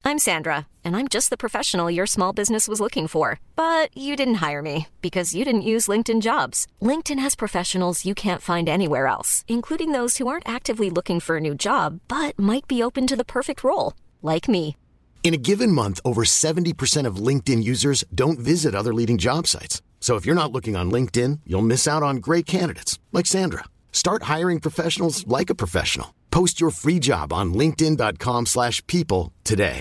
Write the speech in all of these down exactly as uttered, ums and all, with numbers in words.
I'm Sandra, and I'm just the professional your small business was looking for. But you didn't hire me because you didn't use LinkedIn Jobs. LinkedIn has professionals you can't find anywhere else, including those who aren't actively looking for a new job, but might be open to the perfect role, like me. In a given month, over seventy percent of LinkedIn users don't visit other leading job sites. So if you're not looking on LinkedIn, you'll miss out on great candidates like Sandra. Start hiring professionals like a professional. Post your free job on linkedin.com slash people today.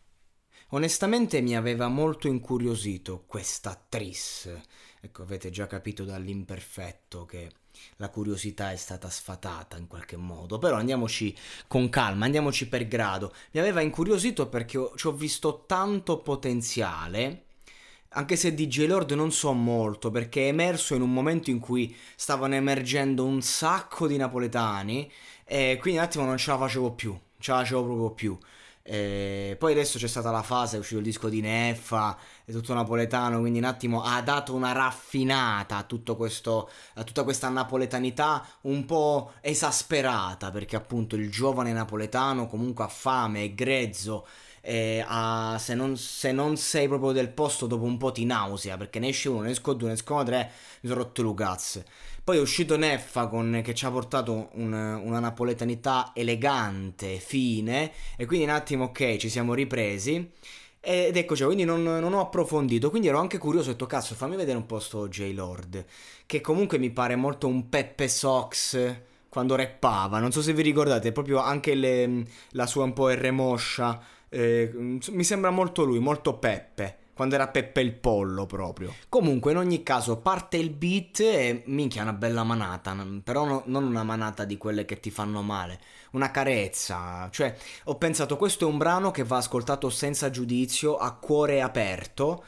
Onestamente mi aveva molto incuriosito questa attrice. Ecco, avete già capito dall'imperfetto che la curiosità è stata sfatata in qualche modo, però andiamoci con calma, andiamoci per grado. Mi aveva incuriosito perché ho, ci ho visto tanto potenziale, anche se di J-Lord non so molto, perché è emerso in un momento in cui stavano emergendo un sacco di napoletani e quindi un attimo non ce la facevo più, non ce la facevo proprio più. E poi adesso c'è stata la fase, è uscito il disco di Neffa, è tutto napoletano, quindi un attimo ha dato una raffinata a tutto questo, a tutta questa napoletanità un po' esasperata, perché appunto il giovane napoletano comunque ha fame, è grezzo, e ha, se, non, se non sei proprio del posto dopo un po' ti nausea, perché ne esce uno, ne esco due, ne escono tre, mi sono rotto le cazzo. Poi è uscito Neffa con, che ci ha portato un, una napoletanità elegante, fine, e quindi un attimo ok, ci siamo ripresi ed eccoci, quindi non, non ho approfondito, quindi ero anche curioso, ho detto cazzo fammi vedere un po' sto J-Lord, che comunque mi pare molto un Peppe Sox quando rappava, non so se vi ricordate, proprio anche le, la sua un po' R moscia, eh, mi sembra molto lui, molto Peppe. Quando era Peppe il Pollo proprio. Comunque in ogni caso parte il beat e minchia una bella manata, però no, non una manata di quelle che ti fanno male, una carezza. Cioè ho pensato questo è un brano che va ascoltato senza giudizio, a cuore aperto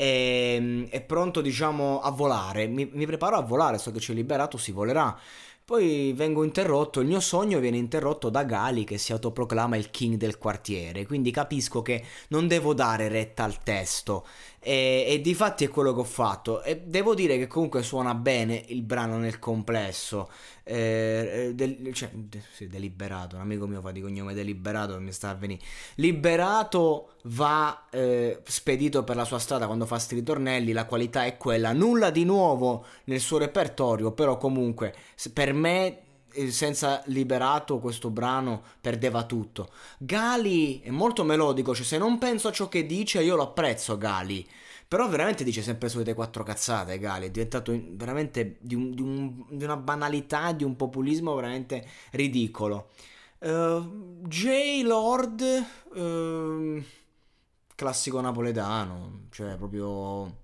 e è pronto diciamo a volare. Mi, mi preparo a volare, so che c'è Liberato, si volerà. Poi vengo interrotto, il mio sogno viene interrotto da Gali che si autoproclama il king del quartiere, quindi capisco che non devo dare retta al testo e, e difatti è quello che ho fatto e devo dire che comunque suona bene il brano nel complesso, eh, del, cioè, de, sì, Deliberato, un amico mio fa di cognome Deliberato mi sta a venire, Liberato va eh, spedito per la sua strada quando fa sti ritornelli, la qualità è quella, nulla di nuovo nel suo repertorio, però comunque per me senza Liberato questo brano perdeva tutto. Gali è molto melodico, cioè se non penso a ciò che dice io lo apprezzo Gali, però veramente dice sempre solite quattro cazzate. Gali è diventato veramente di, un, di, un, di una banalità, di un populismo veramente ridicolo. uh, J-Lord uh, classico napoletano, cioè proprio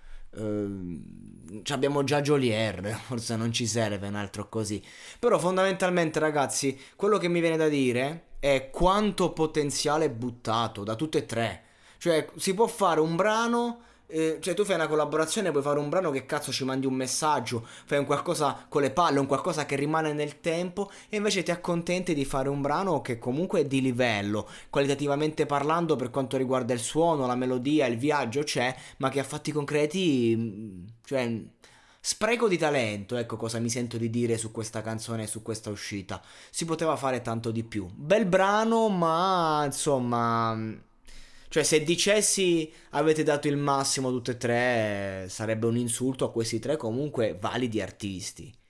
Uh, abbiamo già Jolier, forse non ci serve un altro così. Però fondamentalmente ragazzi, quello che mi viene da dire è quanto potenziale buttato da tutte e tre. Cioè si può fare un brano, eh, cioè tu fai una collaborazione, puoi fare un brano che cazzo ci mandi un messaggio, fai un qualcosa con le palle, un qualcosa che rimane nel tempo, e invece ti accontenti di fare un brano che comunque è di livello, qualitativamente parlando, per quanto riguarda il suono, la melodia, il viaggio c'è, ma che a fatti concreti, cioè spreco di talento, ecco cosa mi sento di dire su questa canzone e su questa uscita. Si poteva fare tanto di più. Bel brano, ma insomma, cioè se dicessi avete dato il massimo tutte e tre sarebbe un insulto a questi tre comunque validi artisti.